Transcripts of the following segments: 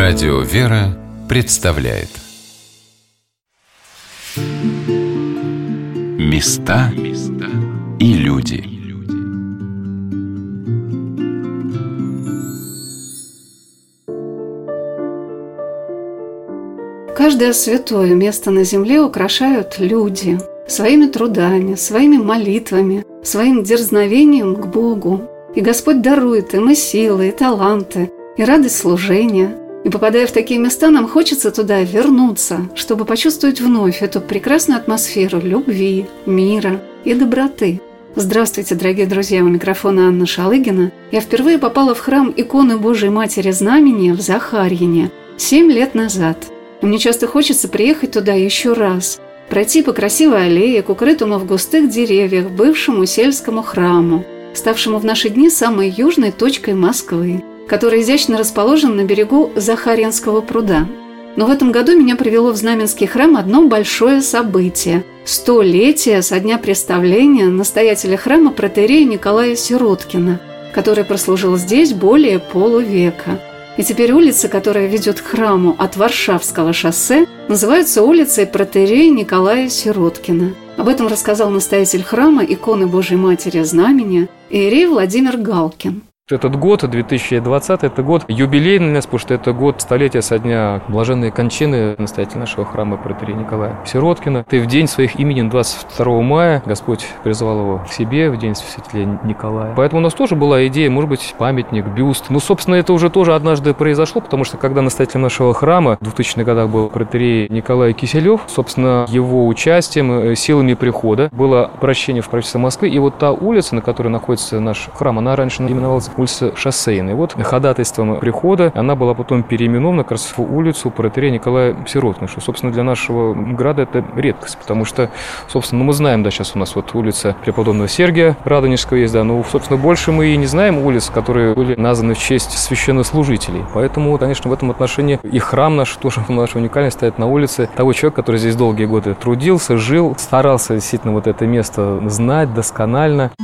Радио «Вера» представляет Места и люди. Каждое святое место на земле украшают люди своими трудами, своими молитвами, своим дерзновением к Богу. И Господь дарует им и силы, и таланты, и радость служения. И попадая в такие места, нам хочется туда вернуться, чтобы почувствовать вновь эту прекрасную атмосферу любви, мира и доброты. Здравствуйте, дорогие друзья, у микрофона Анна Шалыгина. Я впервые попала в храм иконы Божией Матери Знамения в Захарьине 7 лет назад. И мне часто хочется приехать туда еще раз, пройти по красивой аллее к укрытому в густых деревьях бывшему сельскому храму, ставшему в наши дни самой южной точкой Москвы, который изящно расположен на берегу Захарьинского пруда. Но в этом году меня привело в Знаменский храм одно большое событие – 100-летие со дня представления настоятеля храма протоиерея Николая Сироткина, который прослужил здесь более полувека. И теперь улица, которая ведет к храму от Варшавского шоссе, называется улицей протоиерея Николая Сироткина. Об этом рассказал настоятель храма иконы Божией Матери Знамения иерей Владимир Галкин. Этот год, 2020, это год юбилейный у нас, потому что это год столетия со дня блаженной кончины настоятеля нашего храма протоиерея Николая Сироткина. И в день своих именин, 22 мая, Господь призвал его к себе, в день святителя Николая. Поэтому у нас тоже была идея, может быть, памятник, бюст. Ну, собственно, это уже тоже однажды произошло, потому что когда настоятелем нашего храма в 2000-х годах был протоиерей Николай Киселев, собственно, его участием, силами прихода было обращение в правительство Москвы. И вот та улица, на которой находится наш храм, она раньше именовалась улица Шоссейная. Вот ходатайством прихода она была потом переименована как раз в улицу протоиерея Николая Сироткина, что, собственно, для нашего града это редкость, потому что, собственно, мы знаем, да, сейчас у нас вот улица преподобного Сергия Радонежского есть, да, но, собственно, больше мы и не знаем улиц, которые были названы в честь священнослужителей. Поэтому, конечно, в этом отношении и храм наш тоже наш уникальный стоит на улице того человека, который здесь долгие годы трудился, жил, старался действительно вот это место знать досконально.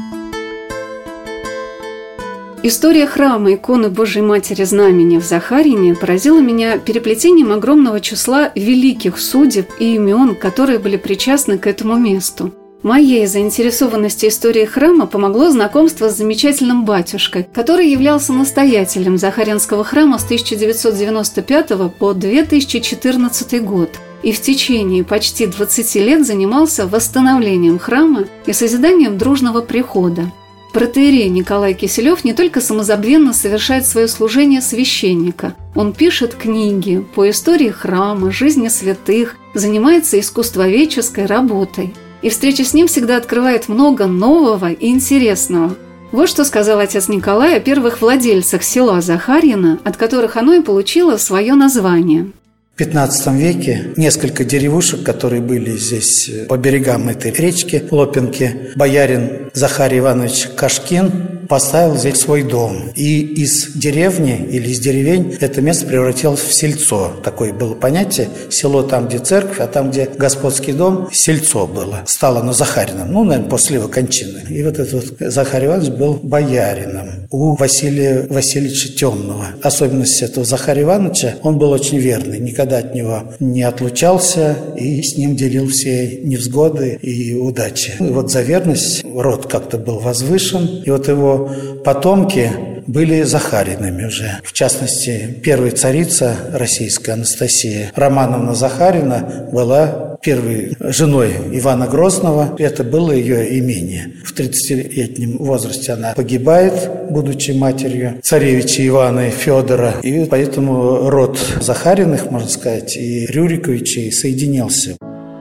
История храма иконы Божией Матери Знамения в Захарьине поразила меня переплетением огромного числа великих судеб и имен, которые были причастны к этому месту. Моей заинтересованности историей храма помогло знакомство с замечательным батюшкой, который являлся настоятелем Захарьинского храма с 1995 по 2014 год и в течение почти 20 лет занимался восстановлением храма и созиданием дружного прихода. Протоиерей Николай Киселев не только самозабвенно совершает свое служение священника. Он пишет книги по истории храма, жизни святых, занимается искусствоведческой работой. И встреча с ним всегда открывает много нового и интересного. Вот что сказал отец Николай о первых владельцах села Захарьино, от которых оно и получило свое название. В XV веке несколько деревушек, которые были здесь по берегам этой речки Лопинки, боярин Захарий Иванович Кашкин поставил здесь свой дом. И из деревни или из деревень это место превратилось в сельцо. Такое было понятие: село там, где церковь, а там, где господский дом, сельцо было. Стало оно Захарином, наверное, после его кончины. И вот этот вот Захарий Иванович был боярином у Василия Васильевича Темного. Особенность этого Захария Ивановича, он был очень верный, никогда от него не отлучался и с ним делил все невзгоды и удачи. И вот за верность род как-то был возвышен, и вот его потомки были Захаринами уже. В частности, первая царица российская Анастасия Романовна Захарина была первой женой Ивана Грозного. Это было ее имение. В 30-летнем возрасте она погибает, будучи матерью царевича Ивана и Федора. И поэтому род Захариных, можно сказать, и Рюриковичей соединился.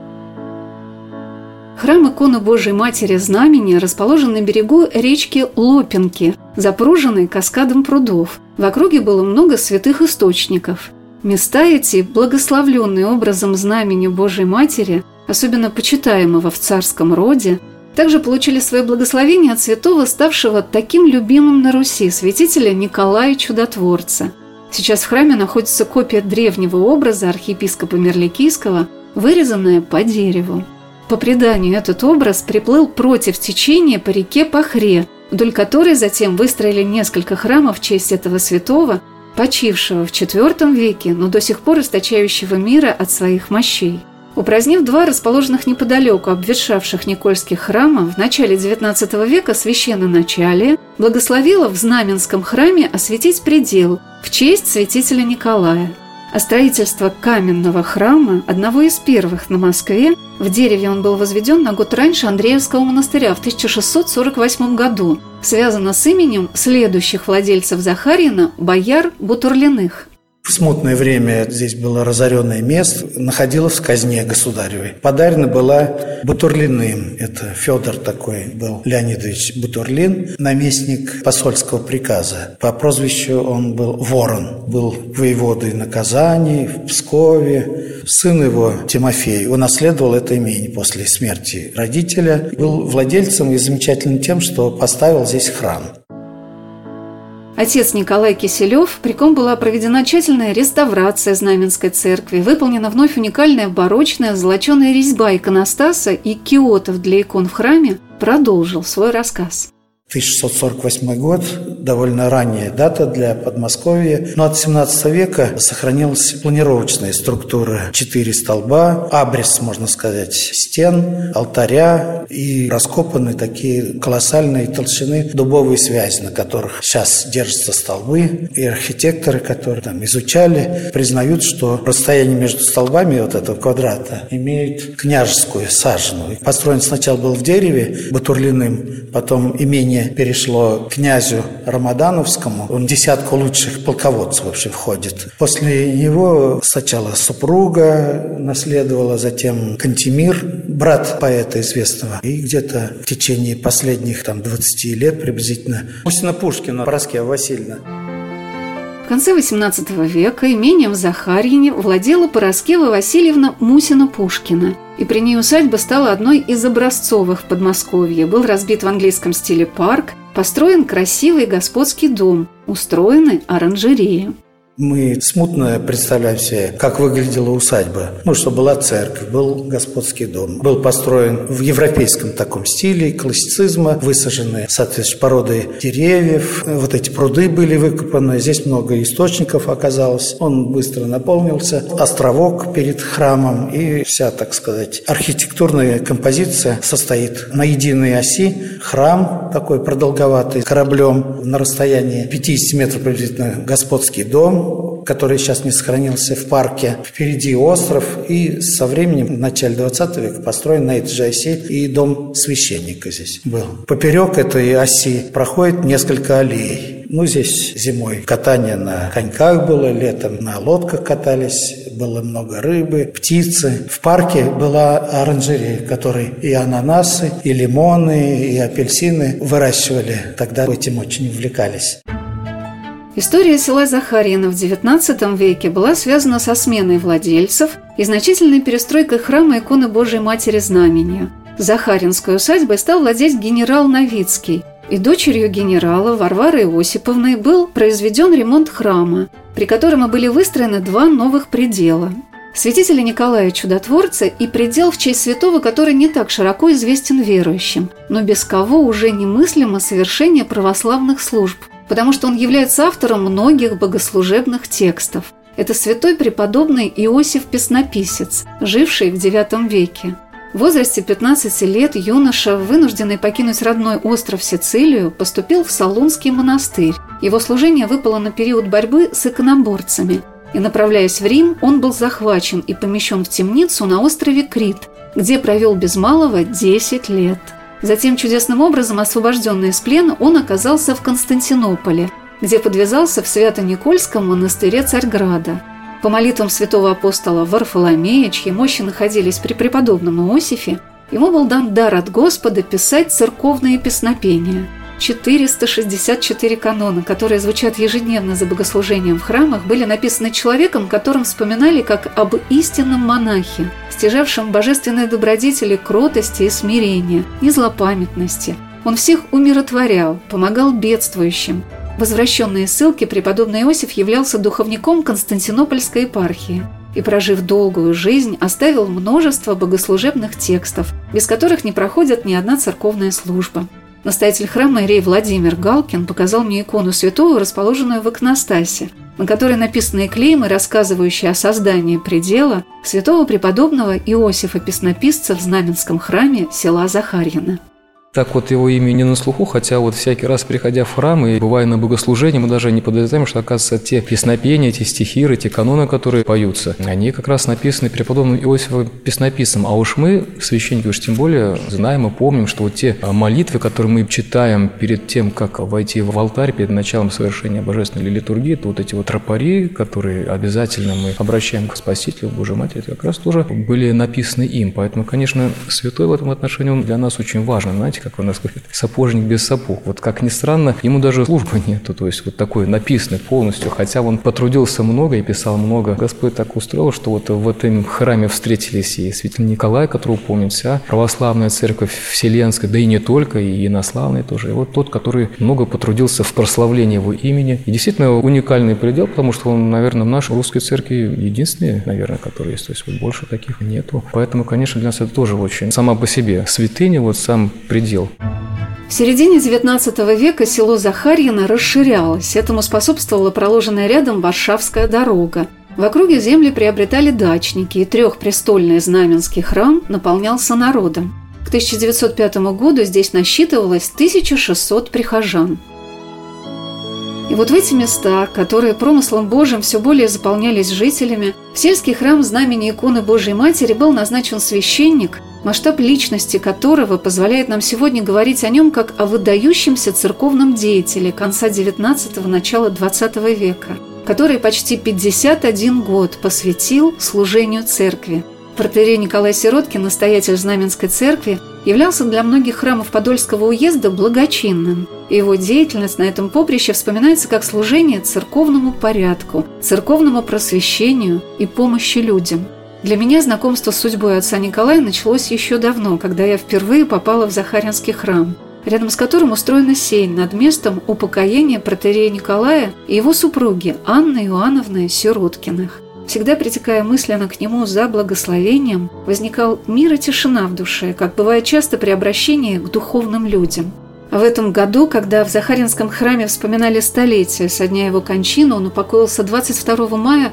Храм иконы Божией Матери Знамения расположен на берегу речки Лопинки, запруженной каскадом прудов. В округе было много святых источников. Места эти, благословленные образом знамения Божией Матери, особенно почитаемого в царском роде, также получили свое благословение от святого, ставшего таким любимым на Руси, святителя Николая Чудотворца. Сейчас в храме находится копия древнего образа архиепископа Мерликийского, вырезанная по дереву. По преданию, этот образ приплыл против течения по реке Пахре, вдоль которой затем выстроили несколько храмов в честь этого святого, почившего в IV веке, но до сих пор источающего мира от своих мощей. Упразднив два расположенных неподалеку обветшавших никольских храма, в начале XIX века священноначалие благословило в Знаменском храме осветить предел в честь святителя Николая. А строительство каменного храма, одного из первых на Москве, в дереве он был возведен на год раньше Андреевского монастыря в 1648 году, связано с именем следующих владельцев Захарьина бояр Бутурлиных. В смутное время здесь было разоренное место, находилось в казне государевой. Подарена была Бутурлиным. Это Федор такой был, Леонидович Бутурлин, наместник посольского приказа. По прозвищу он был Ворон. Был воеводой на Казани, в Пскове. Сын его, Тимофей, унаследовал это имение после смерти родителя. Был владельцем и замечательным тем, что поставил здесь храм. Отец Николай Киселев, при ком была проведена тщательная реставрация Знаменской церкви, выполнена вновь уникальная барочная золоченая резьба иконостаса и киотов для икон в храме, продолжил свой рассказ. 1648 год, довольно ранняя дата для Подмосковья, но от 17 века сохранилась планировочная структура: 4 столба, абрис, можно сказать, стен, алтаря и раскопаны такие колоссальные толщины дубовые связи, на которых сейчас держатся столбы. И архитекторы, которые там изучали, признают, что расстояние между столбами вот этого квадрата имеет княжескую сажену. Построен сначала был в дереве Бутурлиным, потом имение перешло к князю Рамадановскому. Он в десятку лучших полководцев вообще входит. После него сначала супруга наследовала, затем Кантемир, брат поэта известного. И где-то в течение последних 20 лет приблизительно Мусина Пушкина, Параскева Васильевна. В конце XVIII века имением в Захарьине владела Параскева Васильевна Мусина Пушкина, и при ней усадьба стала одной из образцовых в Подмосковье. Был разбит в английском стиле парк, построен красивый господский дом, устроены оранжереи. Мы смутно представляем себе, как выглядела усадьба. Что была церковь, был господский дом. Был построен в европейском таком стиле, классицизма, высажены соответствующие породы деревьев. Вот эти пруды были выкопаны, здесь много источников оказалось. Он быстро наполнился. Островок перед храмом и вся, так сказать, архитектурная композиция состоит на единой оси. Храм такой продолговатый, кораблем на расстоянии 50 метров приблизительно господский дом, который сейчас не сохранился в парке. Впереди остров, и со временем, в начале 20 века, построен на этой же оси и дом священника здесь был. Поперек этой оси проходит несколько аллей. Здесь зимой катание на коньках было, летом на лодках катались, было много рыбы, птицы. В парке была оранжерея, в которой и ананасы, и лимоны, и апельсины выращивали. Тогда этим очень увлекались. История села Захарьино в XIX веке была связана со сменой владельцев и значительной перестройкой храма иконы Божией Матери Знамения. Захарьинской усадьбой стал владеть генерал Новицкий, и дочерью генерала Варвары Иосиповной был произведен ремонт храма, при котором и были выстроены 2 новых предела. Святителя Николая Чудотворца и предел в честь святого, который не так широко известен верующим, но без кого уже немыслимо совершение православных служб, потому что он является автором многих богослужебных текстов. Это святой преподобный Иосиф Песнописец, живший в IX веке. В возрасте 15 лет юноша, вынужденный покинуть родной остров Сицилию, поступил в Солунский монастырь. Его служение выпало на период борьбы с иконоборцами. И, направляясь в Рим, он был захвачен и помещен в темницу на острове Крит, где провел без малого 10 лет. Затем, чудесным образом освобожденный из плена, он оказался в Константинополе, где подвязался в Свято-Никольском монастыре Царьграда. По молитвам святого апостола Варфоломея, чьи мощи находились при преподобном Иосифе, ему был дан дар от Господа писать церковные песнопения. 464 канона, которые звучат ежедневно за богослужением в храмах, были написаны человеком, которым вспоминали как об истинном монахе, стяжавшем божественные добродетели кротости и смирения, незлопамятности. Он всех умиротворял, помогал бедствующим. Возвращенный из ссылки, преподобный Иосиф являлся духовником Константинопольской епархии и, прожив долгую жизнь, оставил множество богослужебных текстов, без которых не проходит ни одна церковная служба. Настоятель храма иерей Владимир Галкин показал мне икону святого, расположенную в иконостасе. на которой написаны клеймы, рассказывающие о создании предела святого преподобного Иосифа Песнописца в Знаменском храме села Захарьино. Так вот его имя не на слуху, хотя вот всякий раз, приходя в храм и бывая на богослужении, мы даже не подозреваем, что, оказывается, те песнопения, те стихиры, те каноны, которые поются, они как раз написаны преподобным Иосифом Песнописцем. А уж мы, священники, уж тем более знаем и помним, что вот те молитвы, которые мы читаем перед тем, как войти в алтарь, перед началом совершения божественной литургии, то вот эти вот тропари, которые обязательно мы обращаем к Спасителю, Божьей Матери, это как раз тоже были написаны им. Поэтому, конечно, святой в этом отношении он для нас очень важен. Знаете, как у нас говорят, сапожник без сапог. Вот как ни странно, ему даже службы нету, то есть вот такой написанный полностью, хотя он потрудился много и писал много. Господь так устроил, что вот в этом храме встретились и святитель Николай, которого помнит вся православная церковь вселенская, да и не только, и инославная тоже. И вот тот, который много потрудился в прославлении его имени. И действительно уникальный предел, потому что он, наверное, в нашей русской церкви единственный, наверное, который есть, то есть вот больше таких нету. Поэтому, конечно, для нас это тоже очень сама по себе святыня, вот сам предел. В середине XIX века село Захарьино расширялось. Этому способствовала проложенная рядом Варшавская дорога. В округе земли приобретали дачники, и трехпрестольный Знаменский храм наполнялся народом. К 1905 году здесь насчитывалось 1600 прихожан. И вот в эти места, которые промыслом Божьим все более заполнялись жителями, в сельский храм знамени иконы Божьей Матери был назначен священник, масштаб личности которого позволяет нам сегодня говорить о нем как о выдающемся церковном деятеле конца XIX – начала XX века, который почти 51 год посвятил служению церкви. Протоиерей Николай Сироткин, настоятель Знаменской церкви, являлся для многих храмов Подольского уезда благочинным, и его деятельность на этом поприще вспоминается как служение церковному порядку, церковному просвещению и помощи людям. Для меня знакомство с судьбой отца Николая началось еще давно, когда я впервые попала в Захарьинский храм, рядом с которым устроена сень над местом упокоения протоиерея Николая и его супруги Анны Иоанновны Сироткиных. Всегда притекая мысленно к нему за благословением, возникал мир и тишина в душе, как бывает часто при обращении к духовным людям. А в этом году, когда в Захарьинском храме вспоминали столетие со дня его кончины, он упокоился 22 мая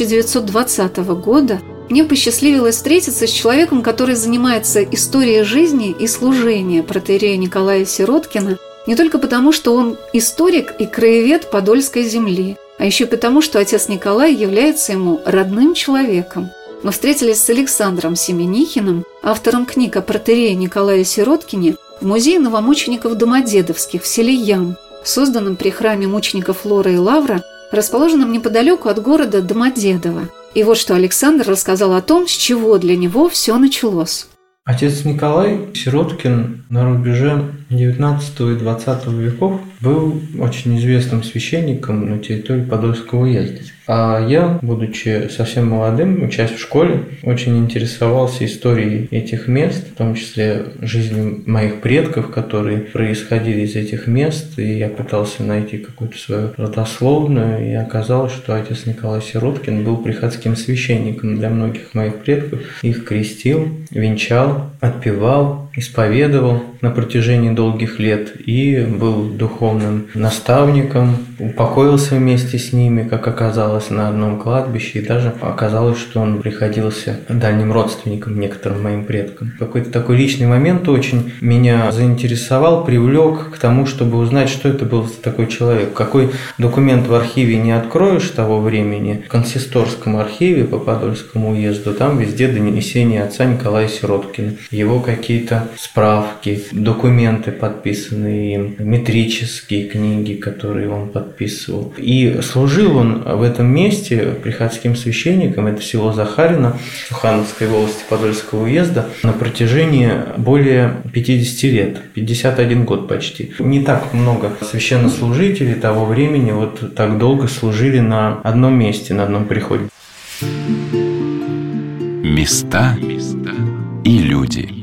1920 года, мне посчастливилось встретиться с человеком, который занимается историей жизни и служения протоиерея Николая Сироткина, не только потому, что он историк и краевед Подольской земли, а еще потому, что отец Николай является ему родным человеком. Мы встретились с Александром Семенихиным, автором книг о протоиерее Николае Сироткине, в музее новомучеников Домодедовских в селе Ям, созданном при храме мучеников Лора и Лавра, расположенном неподалеку от города Домодедово. И вот что Александр рассказал о том, с чего для него все началось. Отец Николай Сироткин на рубеже 19 и 20 веков был очень известным священником на территории Подольского уезда. А я, будучи совсем молодым, учась в школе, очень интересовался историей этих мест, в том числе жизнью моих предков, которые происходили из этих мест, и я пытался найти какую-то свою родословную, и оказалось, что отец Николай Сироткин был приходским священником для многих моих предков, их крестил, венчал, отпевал, исповедовал на протяжении долгих лет и был духовным наставником, упокоился вместе с ними, как оказалось, на одном кладбище, и даже оказалось, что он приходился дальним родственником некоторым моим предкам. Какой-то такой личный момент очень меня заинтересовал, привлек к тому, чтобы узнать, что это был за такой человек. Какой документ в архиве не откроешь того времени, в консисторском архиве по Подольскому уезду, там везде донесения отца Николая Сироткина, его какие-то справки, документы, подписанные им, метрические книги, которые он подписывал. И служил он в этом месте приходским священником, это село Захарьино, Сухановской волости Подольского уезда, на протяжении более 50 лет, 51 год почти. Не так много священнослужителей того времени вот так долго служили на одном месте, на одном приходе. Места и люди.